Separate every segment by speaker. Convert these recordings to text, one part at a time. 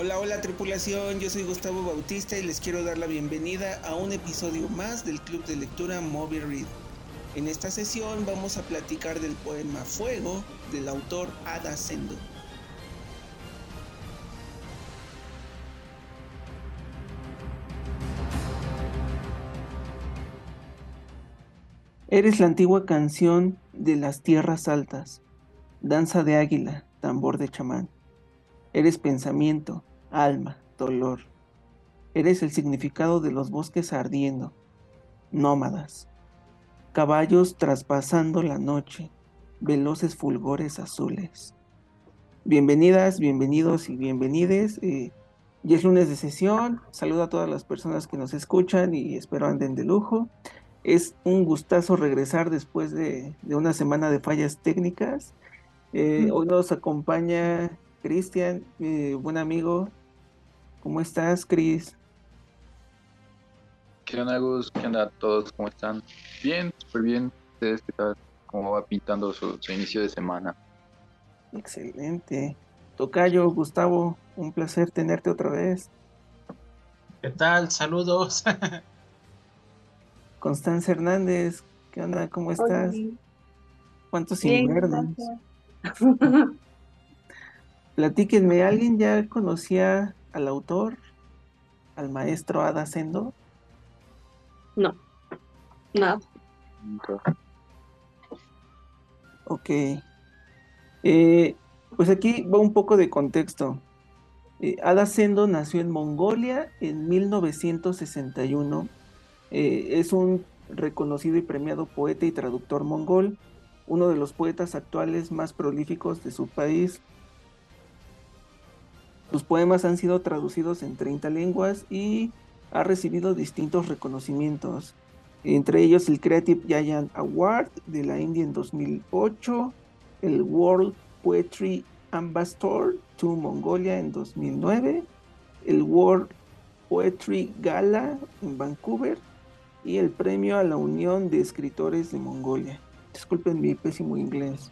Speaker 1: Hola, hola tripulación, yo soy Gustavo Bautista y les quiero dar la bienvenida a un episodio más del Club de Lectura Moby Read. En esta sesión vamos a platicar del poema Fuego del autor Ada Sendo. Eres la antigua canción de las tierras altas, danza de águila, tambor de chamán. Eres pensamiento, alma, dolor. Eres el significado de los bosques ardiendo, nómadas. Caballos traspasando la noche, veloces fulgores azules. Bienvenidas, bienvenidos y bienvenides. Ya es lunes de sesión. Saludo a todas las personas que nos escuchan y espero anden de lujo. Es un gustazo regresar después de una semana de fallas técnicas. Hoy nos acompaña Cristian, buen amigo. ¿Cómo estás, Cris?
Speaker 2: ¿Qué onda, Gus? ¿Qué onda a todos? ¿Cómo están? Bien, súper bien. ¿Ustedes qué tal? ¿Cómo va pintando su inicio de semana?
Speaker 1: Excelente. Tocayo, Gustavo, un placer tenerte otra vez.
Speaker 3: ¿Qué tal? Saludos.
Speaker 1: Constanza Hernández, ¿qué onda? ¿Cómo estás?
Speaker 4: Oli.
Speaker 1: ¿Cuántos sin
Speaker 4: Bien,
Speaker 1: vernos?
Speaker 4: gracias.
Speaker 1: Platíquenme, ¿alguien ya conocía al autor, al maestro Ada Sendo?
Speaker 4: No, nada.
Speaker 2: Nunca.
Speaker 1: Ok. Eh, pues aquí va un poco de contexto. Ada Sendo nació en Mongolia en 1961. Es un reconocido y premiado poeta y traductor mongol, uno de los poetas actuales más prolíficos de su país. Sus poemas han sido traducidos en 30 lenguas y ha recibido distintos reconocimientos, entre ellos el Creative Giant Award de la India en 2008, el World Poetry Ambassador to Mongolia en 2009, el World Poetry Gala en Vancouver y el premio a la Unión de Escritores de Mongolia. Disculpen mi pésimo inglés.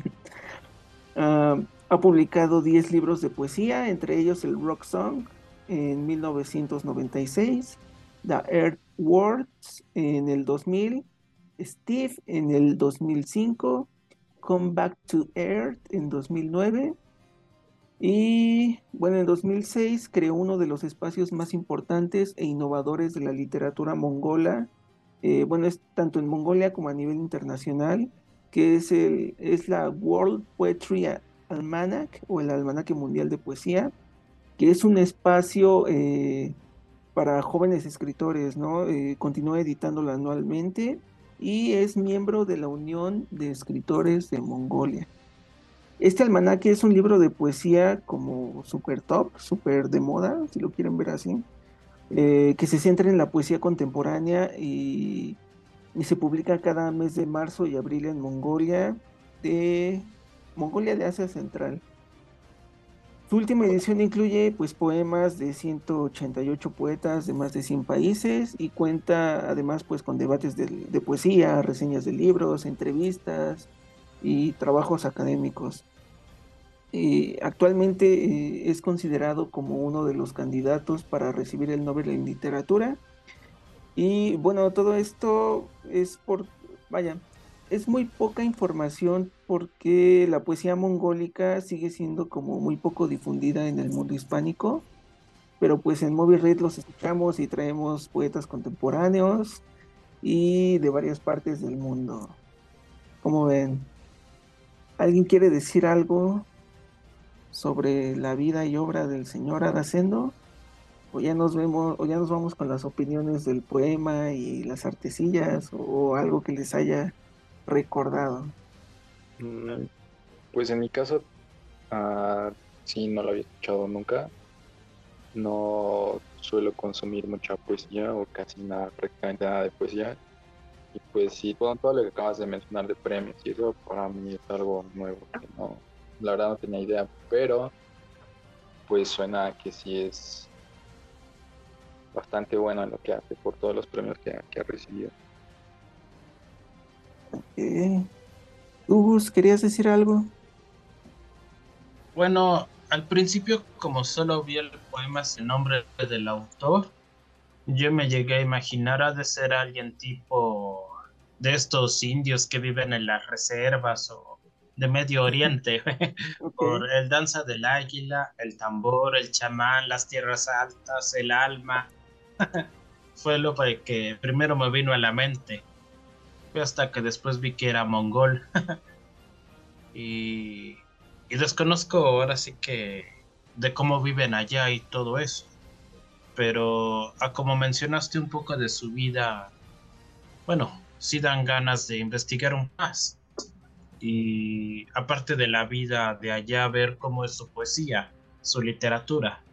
Speaker 1: Ha publicado 10 libros de poesía, entre ellos el Rock Song en 1996, The Earth Words en el 2000, Steve en el 2005, Come Back to Earth en 2009 y bueno, en 2006 creó uno de los espacios más importantes e innovadores de la literatura mongola. Bueno, es tanto en Mongolia como a nivel internacional, que es la World Poetry Almanac o el Almanaque Mundial de Poesía, que es un espacio para jóvenes escritores, ¿no? Continúa editándola anualmente y es miembro de la Unión de Escritores de Mongolia. Este almanaque es un libro de poesía como super top, super de moda, si lo quieren ver así, que se centra en la poesía contemporánea y se publica cada mes de marzo y abril en Mongolia de Asia Central. Su última edición incluye pues poemas de 188 poetas de más de 100 países y cuenta además pues con debates de poesía, reseñas de libros, entrevistas y trabajos académicos. Actualmente es considerado como uno de los candidatos para recibir el Nobel en Literatura. Y bueno, todo esto vaya, es muy poca información porque la poesía mongólica sigue siendo como muy poco difundida en el mundo hispánico, pero pues en Moby Read los escuchamos y traemos poetas contemporáneos y de varias partes del mundo. ¿Cómo ven? ¿Alguien quiere decir algo sobre la vida y obra del señor Aracendo? O ya nos vamos con las opiniones del poema y las artesillas, o algo que les haya recordado.
Speaker 2: Mm, Pues en mi caso, sí, no lo había escuchado nunca. No suelo consumir mucha poesía o casi nada, prácticamente nada de poesía. Y pues sí, todo lo que acabas de mencionar de premios y eso para mí es algo nuevo que no, la verdad no tenía idea, pero pues suena que sí es bastante bueno en lo que hace por todos los premios que ha recibido.
Speaker 1: ¿Tú, Gus, querías decir algo?
Speaker 3: Bueno, al principio, como solo vi el poema sin nombre del autor, yo me llegué a imaginar ha de ser alguien tipo de estos indios que viven en las reservas o de Medio Oriente,
Speaker 1: Ok.
Speaker 3: por el danza del águila, el tambor, el chamán, las tierras altas, el alma. Fue lo que primero me vino a la mente. Fue hasta que después vi que era mongol. y, y desconozco ahora sí que de cómo viven allá y todo eso. Pero como mencionaste un poco de su vida, bueno, sí dan ganas de investigar un más. Y aparte de la vida de allá, ver cómo es su poesía, su literatura.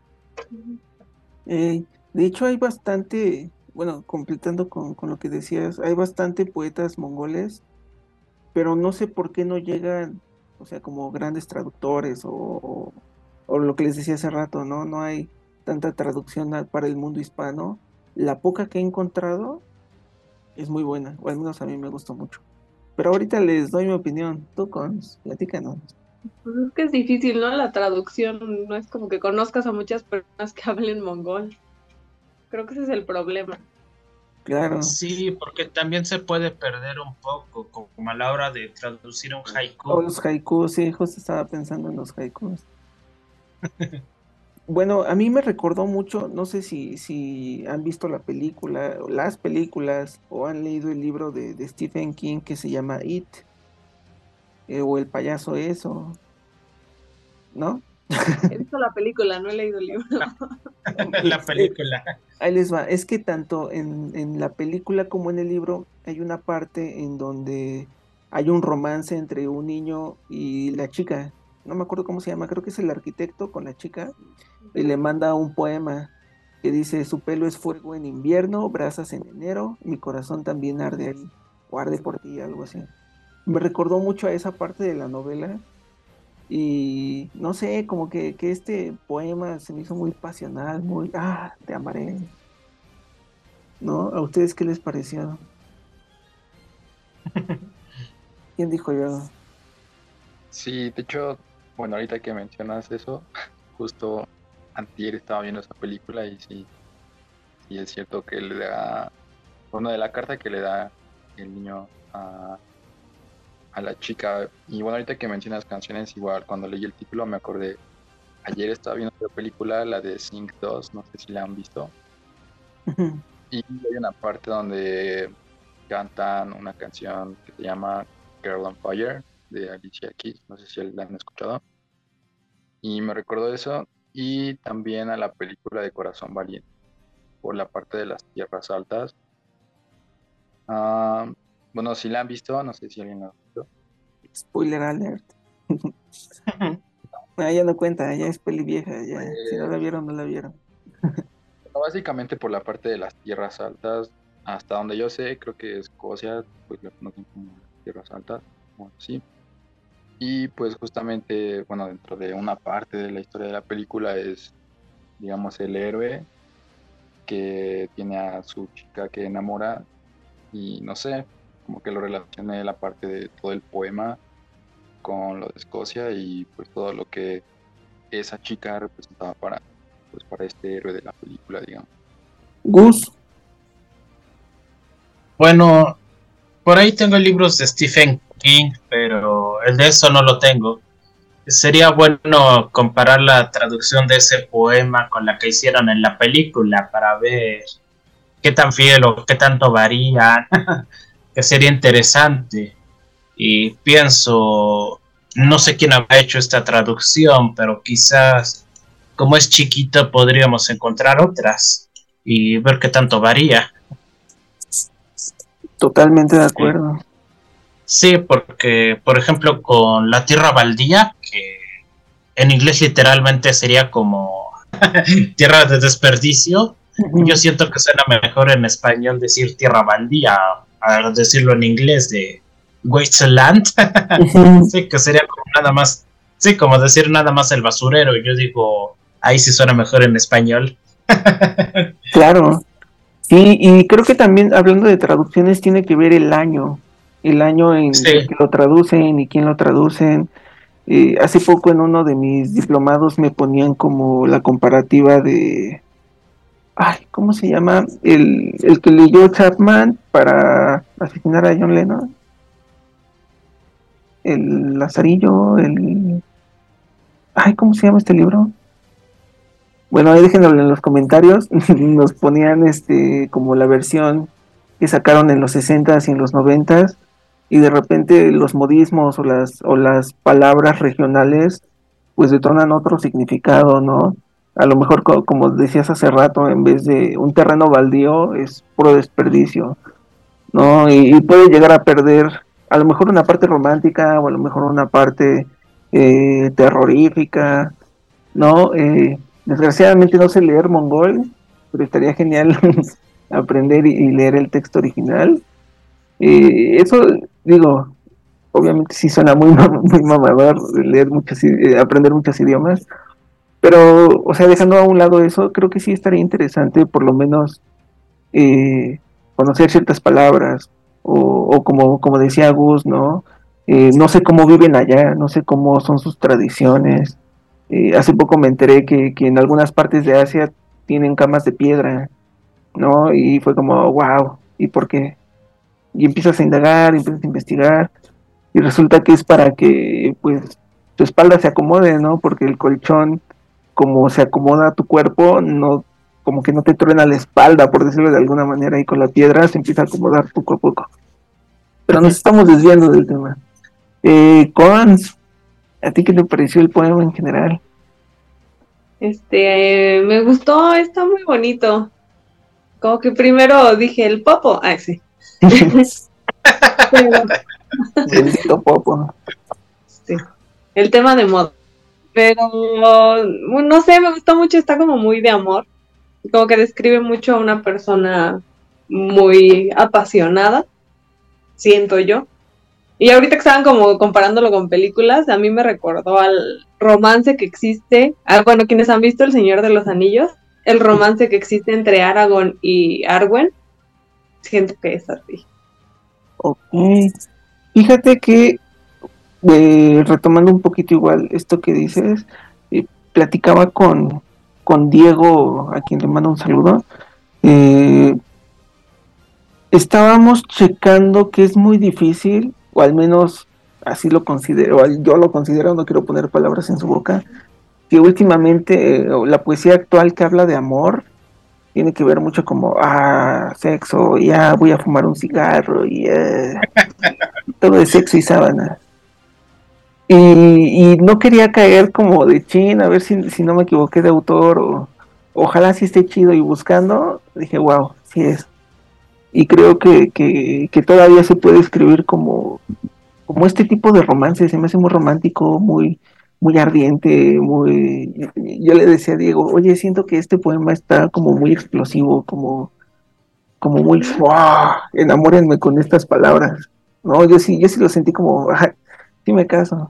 Speaker 1: De hecho, hay bastante, bueno, completando con lo que decías, hay bastante poetas mongoles, pero no sé por qué no llegan, o sea, como grandes traductores o lo que les decía hace rato, ¿no? No hay tanta traducción para el mundo hispano. La poca que he encontrado es muy buena, o al menos a mí me gustó mucho. Pero ahorita les doy mi opinión. Tú, platícanos.
Speaker 4: Pues es que es difícil, ¿no? La traducción no es como que conozcas a muchas personas que hablen mongol. Creo que ese es el problema.
Speaker 1: Claro.
Speaker 3: Sí, porque también se puede perder un poco, como a la hora de traducir un
Speaker 1: O
Speaker 3: haiku.
Speaker 1: los haikus, sí, justo estaba pensando en los haikus. Bueno, a mí me recordó mucho, no sé si han visto la película, o las películas, o han leído el libro de Stephen King que se llama It, o El payaso eso, ¿no?
Speaker 4: He visto la película, no he leído el libro.
Speaker 3: La película.
Speaker 1: Ahí les va, es que tanto en la película como en el libro hay una parte en donde hay un romance entre un niño y la chica, no me acuerdo cómo se llama, creo que es el arquitecto con la chica, y le manda un poema que dice, su pelo es fuego en invierno, brasas en enero, mi corazón también arde ahí, o arde por ti, algo así. Me recordó mucho a esa parte de la novela y no sé, como que este poema se me hizo muy pasional, muy, te amaré, ¿no? ¿A ustedes qué les pareció? ¿Quién dijo yo?
Speaker 2: Sí, de hecho, bueno, ahorita que mencionas eso, justo antier estaba viendo esa película y sí, sí es cierto que le da, bueno, de la carta que le da el niño a la chica. Y bueno, ahorita que mencionas canciones, igual cuando leí el título me acordé, ayer estaba viendo otra película, la de Sing 2, no sé si la han visto, y hay una parte donde cantan una canción que se llama Girl on Fire de Alicia Keys, no sé si la han escuchado, y me recordó eso, y también a la película de Corazón Valiente, por la parte de las tierras altas. Ah, bueno, si la han visto, no sé si alguien la ha visto.
Speaker 1: Spoiler alert. Ya no cuenta, ya es peli vieja, ya. Si no la
Speaker 2: Pues,
Speaker 1: vieron, no la vieron.
Speaker 2: bueno, básicamente por la parte de las tierras altas, hasta donde yo sé, creo que Escocia, pues lo conocen como tierras altas, o así. Y pues justamente, bueno, dentro de una parte de la historia de la película es, digamos, el héroe que tiene a su chica que enamora y no sé, como que lo relacioné la parte de todo el poema con lo de Escocia y pues todo lo que esa chica representaba para, pues, para este héroe de la película, digamos.
Speaker 1: Gus,
Speaker 3: Bueno, por ahí tengo libros de Stephen King, pero el de eso no lo tengo. Sería bueno comparar la traducción de ese poema con la que hicieron en la película para ver qué tan fiel o qué tanto varía, que sería interesante. Y pienso, no sé quién habrá hecho esta traducción, pero quizás como es chiquito podríamos encontrar otras y ver qué tanto varía.
Speaker 1: totalmente de acuerdo.
Speaker 3: Sí, porque por ejemplo con la tierra baldía, que en inglés literalmente sería como tierra de desperdicio, yo siento que suena mejor en español decir tierra baldía a decirlo en inglés de wasteland. Sí, que sería como nada más, sí, como decir nada más el basurero. Yo digo, ahí sí suena mejor en español.
Speaker 1: Claro. Sí, y creo que también hablando de traducciones tiene que ver el año en
Speaker 3: Sí,
Speaker 1: el que lo traducen y quién lo traducen. Hace poco en uno de mis diplomados me ponían como la comparativa de, ay, ¿cómo se llama? El que leyó Chapman para asesinar a John Lennon, el Lazarillo, ay, ¿cómo se llama este libro? Bueno, ahí déjenlo en los comentarios. Nos ponían como la versión que sacaron en los 60s y en los 90s, y de repente los modismos o las palabras regionales pues detonan otro significado, ¿no? A lo mejor, como decías hace rato, en vez de un terreno baldío es puro desperdicio, ¿no? Y puede llegar a perder a lo mejor una parte romántica o a lo mejor una parte terrorífica, ¿no? Desgraciadamente no sé leer mongol, pero estaría genial aprender y leer el texto original. Eso, digo, obviamente sí suena muy, muy mamador leer aprender muchos idiomas, pero, o sea, dejando a un lado eso, creo que sí estaría interesante por lo menos conocer ciertas palabras, o como decía Gus, ¿no? No sé cómo viven allá, no sé cómo son sus tradiciones. Hace poco me enteré que en algunas partes de Asia tienen camas de piedra, ¿no? Y fue como, wow, ¿y por qué? Y empiezas a indagar, empiezas a investigar, y resulta que es para que, pues, tu espalda se acomode, ¿no? Porque el colchón, como se acomoda a tu cuerpo, no, como que no te truena la espalda, por decirlo de alguna manera, y con la piedra se empieza a acomodar poco a poco. Pero nos estamos desviando del tema. Cons, ¿a ti qué te pareció el poema en general?
Speaker 4: Me gustó, está muy bonito. Como que primero dije el popo, sí. Pero,
Speaker 1: Bendito Popo.
Speaker 4: sí, el tema de moda. Pero no sé, me gustó mucho, está como muy de amor. Como que describe mucho a una persona muy apasionada, siento yo. Y ahorita que estaban como comparándolo con películas, a mí me recordó al romance que existe, bueno, quienes han visto El Señor de los Anillos, el romance que existe entre Aragorn y Arwen, siento que es así.
Speaker 1: Ok. Fíjate que, retomando un poquito igual esto que dices, platicaba con Diego, a quien le mando un saludo. Estábamos checando que es muy difícil, o al menos así lo considero, yo lo considero, no quiero poner palabras en su boca, que últimamente la poesía actual que habla de amor tiene que ver mucho como, sexo, ya voy a fumar un cigarro, y todo es sexo y sábana. Y no quería caer como de chin, a ver si no me equivoqué de autor, o ojalá sí esté chido, y buscando, dije, wow, sí es. Y creo que todavía se puede escribir como este tipo de romance, se me hace muy romántico, muy, muy ardiente, muy... Yo le decía a Diego, oye, siento que este poema está como muy explosivo, como muy, ¡wow! Enamórenme con estas palabras. No, yo sí lo sentí como, sí me caso.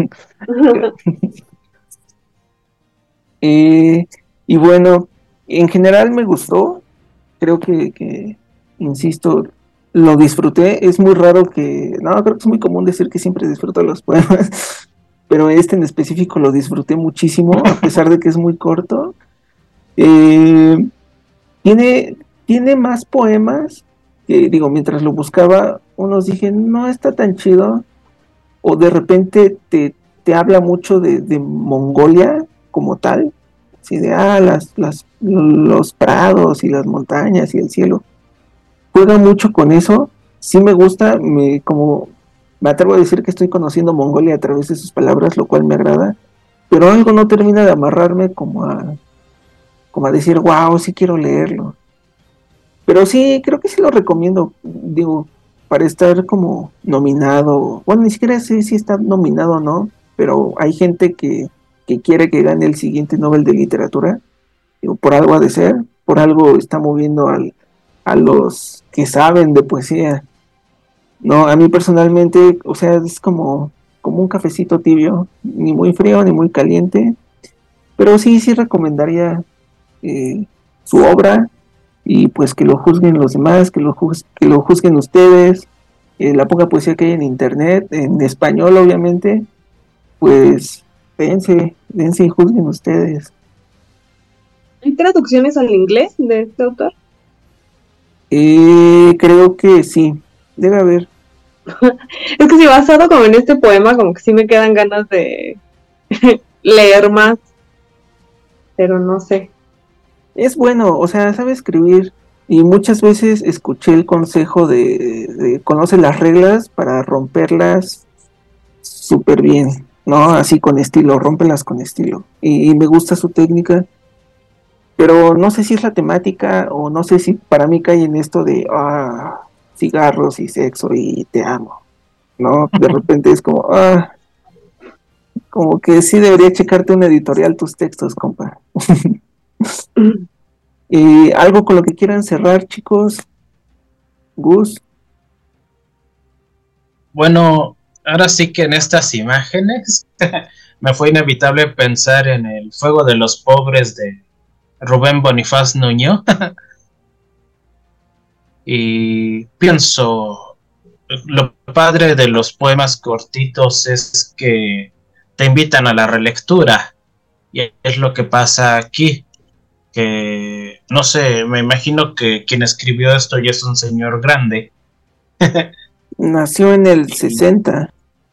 Speaker 1: Y bueno, en general me gustó, creo que, insisto, lo disfruté. Es muy raro no, creo que es muy común decir que siempre disfruto los poemas, pero este en específico lo disfruté muchísimo, a pesar de que es muy corto. Eh, tiene, tiene más poemas que, digo, mientras lo buscaba, unos dije, no está tan chido, o de repente te habla mucho de Mongolia como tal, así de, los prados y las montañas y el cielo. Juega mucho con eso, sí me gusta, como me atrevo a decir que estoy conociendo Mongolia a través de sus palabras, lo cual me agrada, pero algo no termina de amarrarme como a decir, wow, sí quiero leerlo. Pero sí, creo que sí lo recomiendo, digo, para estar como nominado, bueno, ni siquiera sé si está nominado o no, pero hay gente que quiere que gane el siguiente Nobel de Literatura, digo, por algo ha de ser, por algo está moviendo a los que saben de poesía. No, a mí personalmente, o sea, es como un cafecito tibio, ni muy frío ni muy caliente, pero sí recomendaría su obra, y pues que lo juzguen los demás, que lo juzguen ustedes, la poca poesía que hay en internet, en español obviamente, pues dense y juzguen ustedes.
Speaker 4: ¿Hay traducciones al inglés de este autor?
Speaker 1: Creo que sí, debe haber.
Speaker 4: Es que si basado como en este poema, como que sí me quedan ganas de leer más, pero no sé.
Speaker 1: Es bueno, o sea, sabe escribir. Y muchas veces escuché el consejo de conoce las reglas para romperlas súper bien, ¿no? Así con estilo, rómpelas con estilo. Y me gusta su técnica, pero no sé si es la temática o no sé si para mí cae en esto de cigarros y sexo y te amo, ¿no? De repente es como que sí debería checarte una editorial tus textos, compa. Algo con lo que quieran cerrar, chicos. Gus.
Speaker 3: Bueno, ahora sí que en estas imágenes me fue inevitable pensar en el Fuego de los Pobres de Rubén Bonifaz Nuño. Y pienso, lo padre de los poemas cortitos es que te invitan a la relectura. Y es lo que pasa aquí. Que, no sé, me imagino que quien escribió esto ya es un señor grande.
Speaker 1: Nació en el 60.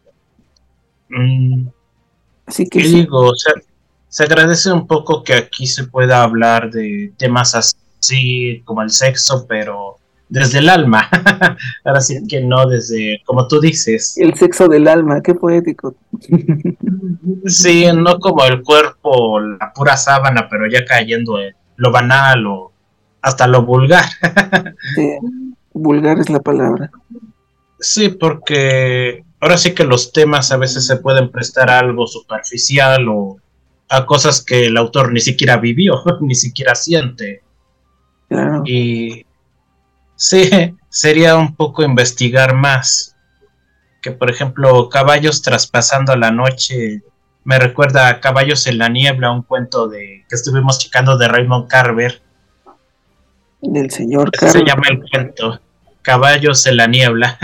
Speaker 1: Así que
Speaker 3: ¿Qué
Speaker 1: sí.
Speaker 3: digo? O sea, se agradece un poco que aquí se pueda hablar de temas así como el sexo, pero desde el alma. Ahora sí que no desde, como tú dices.
Speaker 1: El sexo del alma, qué poético.
Speaker 3: Sí, no como el cuerpo, la pura sábana, pero ya cayendo en lo banal o hasta lo vulgar.
Speaker 1: Sí, vulgar es la palabra.
Speaker 3: Sí, porque ahora sí que los temas a veces se pueden prestar a algo superficial o a cosas que el autor ni siquiera vivió, ni siquiera siente.
Speaker 1: Claro.
Speaker 3: Y sí, sería un poco investigar más. Que por ejemplo, Caballos traspasando la noche me recuerda a Caballos en la niebla, un cuento de que estuvimos checando de Raymond Carver.
Speaker 1: Del señor
Speaker 3: Así se
Speaker 1: Carlos.
Speaker 3: llama el cuento, Caballos en la niebla.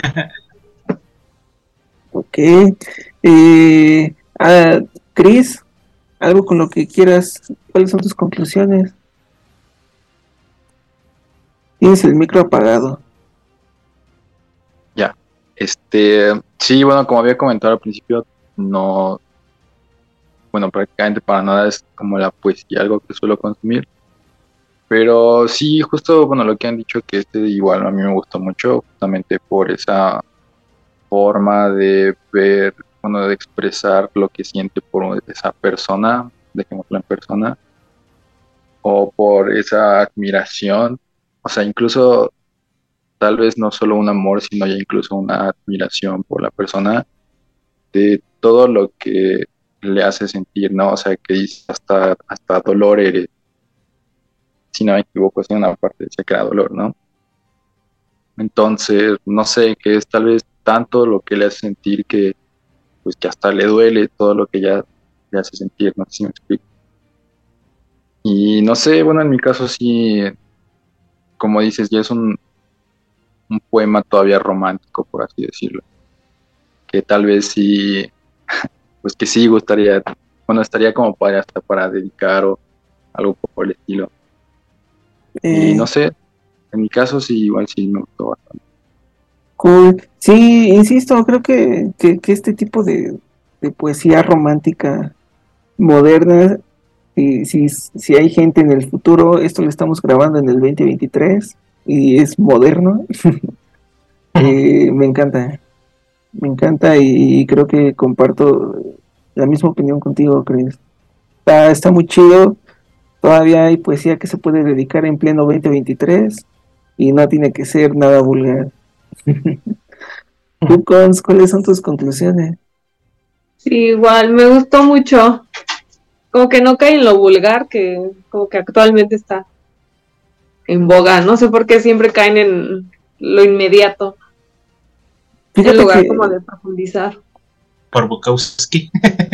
Speaker 1: Ok. Cris, algo con lo que quieras. ¿Cuáles son tus conclusiones? Tienes el micro apagado.
Speaker 2: Ya. Sí, bueno, como había comentado al principio, no, bueno, prácticamente para nada es como la poesía, algo que suelo consumir. Pero sí, justo, bueno, lo que han dicho que igual a mí me gustó mucho, justamente por esa forma de ver, bueno, de expresar lo que siente por esa persona, dejémoslo en persona, o por esa admiración, o sea, incluso tal vez no solo un amor, sino ya incluso una admiración por la persona, de todo lo que le hace sentir, ¿no? O sea, que dice hasta dolor eres, si no me equivoco, es una parte decía que era dolor, ¿no? Entonces, no sé, que es tal vez tanto lo que le hace sentir que, pues que hasta le duele todo lo que ya le hace sentir, no sé si me explico. Y no sé, bueno, en mi caso sí, como dices, ya es un poema todavía romántico, por así decirlo, que tal vez sí, pues que sí gustaría, bueno, estaría como para hasta para dedicar o algo por el estilo. Y no sé, en mi caso sí, igual sí me gustó bastante.
Speaker 1: Cool. Sí, insisto, creo que este tipo de poesía romántica moderna, si hay gente en el futuro, esto lo estamos grabando en el 2023 y es moderno, me encanta y creo que comparto la misma opinión contigo, Chris. Está muy chido, todavía hay poesía que se puede dedicar en pleno 2023 y no tiene que ser nada vulgar. ¿Tú, Cons, cuáles son tus conclusiones?
Speaker 4: Sí, igual, me gustó mucho. Como que no cae en lo vulgar, que como que actualmente está en boga. No sé por qué siempre caen en lo inmediato, en
Speaker 1: Fíjate
Speaker 4: lugar
Speaker 1: que
Speaker 4: como de profundizar.
Speaker 3: Por Bukowski.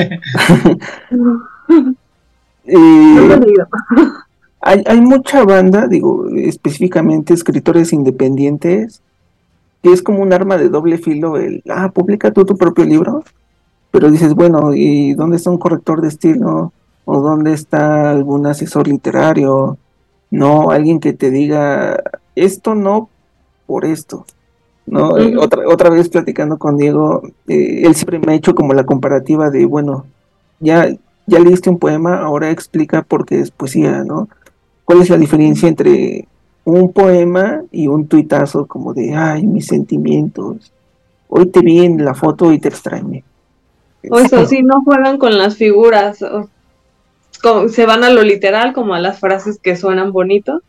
Speaker 4: No lo he leído.
Speaker 1: hay mucha banda, digo, específicamente escritores independientes, que es como un arma de doble filo publica tú tu propio libro, pero dices, bueno, ¿y dónde está un corrector de estilo? ¿O dónde está algún asesor literario? No, alguien que te diga, esto no por esto, ¿no?
Speaker 4: Ujú.
Speaker 1: Otra vez platicando con Diego, él siempre me ha hecho como la comparativa de, bueno, ya, ya leíste un poema, ahora explica por qué es poesía, ¿no? ¿Cuál es la diferencia entre un poema y un tuitazo como de, ay, mis sentimientos, hoy te vi en la foto y te extrañé?
Speaker 4: O eso,
Speaker 1: Este,
Speaker 4: sí, no juegan con las figuras, se van a lo literal, como a las frases que suenan bonito,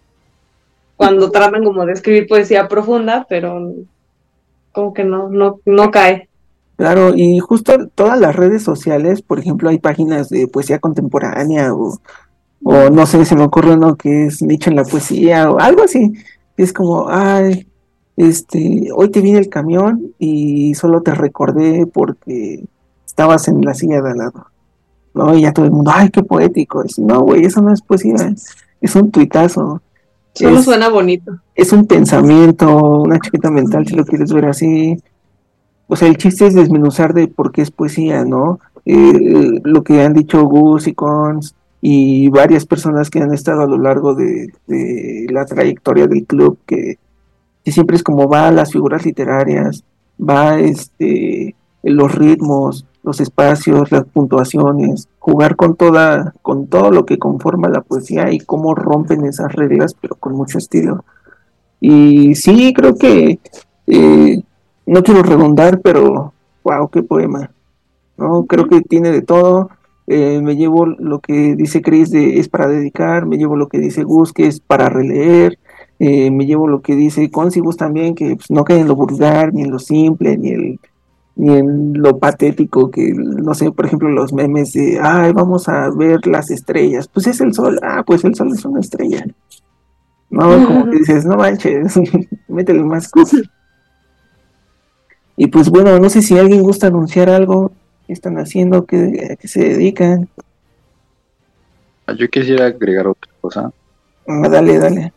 Speaker 4: cuando tratan como de escribir poesía profunda, pero como que no cae.
Speaker 1: claro, y justo todas las redes sociales, por ejemplo, hay páginas de poesía contemporánea o no sé, se me ocurre uno que es nicho en la poesía o algo así. Es como, ay, hoy te vi en el camión y solo te recordé porque estabas en la silla de al lado, ¿no? Y ya todo el mundo, ay, qué poético. No, güey, eso no es poesía, es un tuitazo,
Speaker 4: Solo
Speaker 1: es,
Speaker 4: suena bonito.
Speaker 1: es un pensamiento, una chaqueta mental, si lo quieres ver así. O sea, el chiste es desmenuzar de por qué es poesía, ¿no? Lo que han dicho Gus y Cons y varias personas que han estado a lo largo de la trayectoria del club, que siempre es como va las figuras literarias, va los ritmos, los espacios, las puntuaciones, jugar con todo lo que conforma la poesía y cómo rompen esas reglas, pero con mucho estilo. Y sí, creo que eh, no quiero redundar, pero wow, qué poema, ¿no? Creo que tiene de todo. Me llevo lo que dice Chris de es para dedicar, me llevo lo que dice Gus que es para releer, me llevo lo que dice Concibus también, que pues, no cae en lo vulgar, ni en lo simple, ni en lo patético, que no sé, por ejemplo, los memes de ay, vamos a ver las estrellas, pues es el sol, pues el sol es una estrella, ¿no? Como que dices, no manches, métele más cosas. Y pues bueno, no sé si alguien gusta anunciar algo, qué están haciendo, a qué se dedican.
Speaker 2: Yo quisiera agregar otra cosa.
Speaker 1: Dale, dale.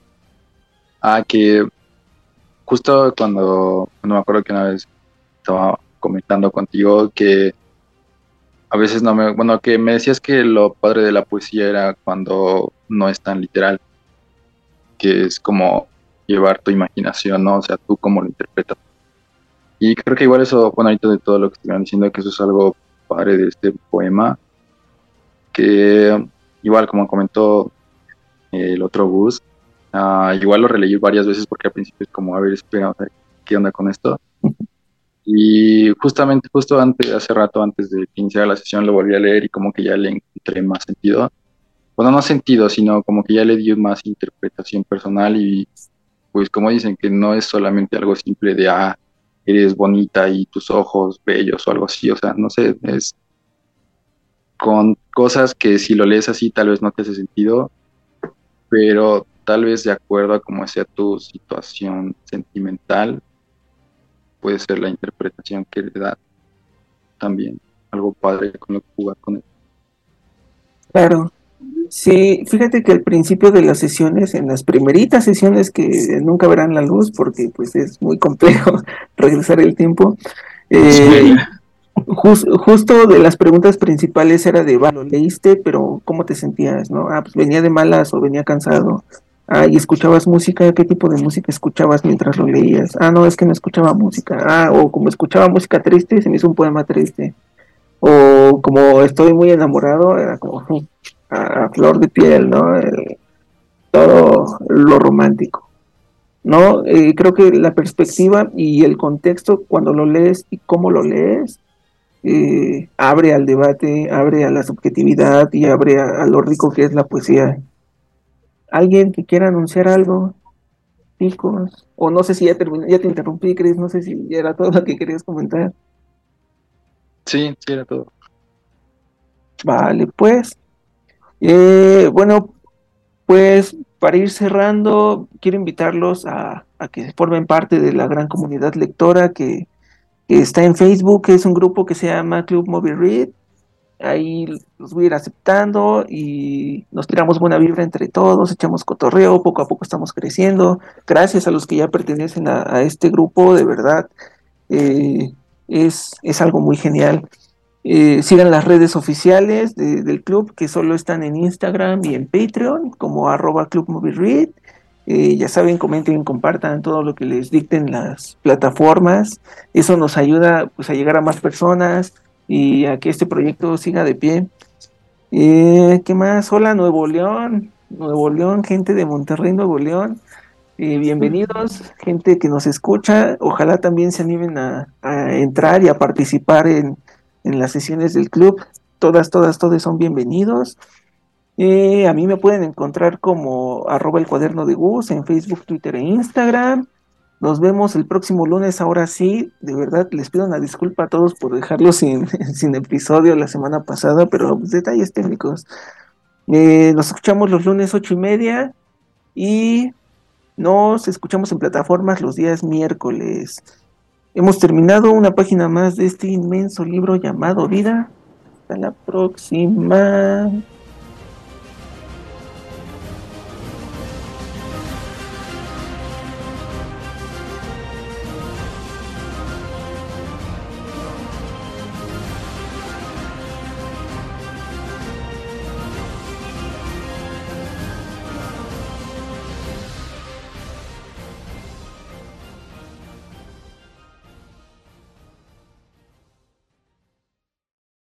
Speaker 2: Que justo cuando, no me acuerdo que una vez estaba comentando contigo que a veces no me, bueno, que me decías que lo padre de la poesía era cuando no es tan literal, que es como llevar tu imaginación, ¿no? O sea, tú cómo lo interpretas. Y creo que igual eso, bueno, ahorita de todo lo que estuvieron diciendo, que eso es algo padre de este poema, que igual como comentó el otro bus, igual lo releí varias veces porque al principio es como, a ver, espera, o sea, ¿qué onda con esto? Y justamente, justo antes, hace rato antes de que iniciara la sesión, lo volví a leer y como que ya le encontré más sentido. Bueno, no sentido, sino como que ya le dio más interpretación personal y pues como dicen que no es solamente algo simple de, eres bonita y tus ojos bellos o algo así, o sea, no sé, es con cosas que si lo lees así tal vez no te hace sentido, pero tal vez de acuerdo a cómo sea tu situación sentimental, puede ser la interpretación que le da también algo padre con lo que jugar con él.
Speaker 1: Claro. Sí, fíjate que al principio de las sesiones, en las primeritas sesiones que nunca verán la luz porque pues es muy complejo regresar el tiempo,
Speaker 3: Sí.
Speaker 1: eh, justo de las preguntas principales era de, bueno, leíste, pero ¿cómo te sentías, no? Pues venía de malas o venía cansado. ¿Y escuchabas música? ¿Qué tipo de música escuchabas mientras lo leías? No, es que no escuchaba música. O como escuchaba música triste, se me hizo un poema triste. O como estoy muy enamorado, era como a flor de piel, ¿no? Todo lo romántico, ¿no? Creo que la perspectiva y el contexto cuando lo lees y cómo lo lees abre al debate, abre a la subjetividad y abre a lo rico que es la poesía. ¿Alguien que quiera anunciar algo, chicos? O no sé si ya terminé, ya te interrumpí, Chris, no sé si ya era todo lo que querías comentar.
Speaker 2: Sí, sí, era todo.
Speaker 1: Vale, pues, bueno, pues para ir cerrando, quiero invitarlos a que formen parte de la gran comunidad lectora que está en Facebook, que es un grupo que se llama Club Movie Read. Ahí los voy a ir aceptando y nos tiramos buena vibra entre todos, echamos cotorreo, poco a poco estamos creciendo. Gracias a los que ya pertenecen a este grupo, de verdad, eh, es algo muy genial. Sigan las redes oficiales del club, que solo están en Instagram y en Patreon, como @clubmovieread. Ya saben, comenten, compartan todo lo que les dicten las plataformas. Eso nos ayuda pues a llegar a más personas y a que este proyecto siga de pie. ¿Qué más? Hola, Nuevo León, gente de Monterrey, Nuevo León. Bienvenidos, gente que nos escucha. Ojalá también se animen a entrar y a participar en las sesiones del club. Todos son bienvenidos. A mí me pueden encontrar como @el cuaderno de Gus en Facebook, Twitter e Instagram. Nos vemos el próximo lunes. Ahora sí, de verdad les pido una disculpa a todos por dejarlos sin episodio la semana pasada, pero pues, detalles técnicos. Nos escuchamos los lunes 8:30 y nos escuchamos en plataformas los días miércoles. Hemos terminado una página más de este inmenso libro llamado Vida. Hasta la próxima.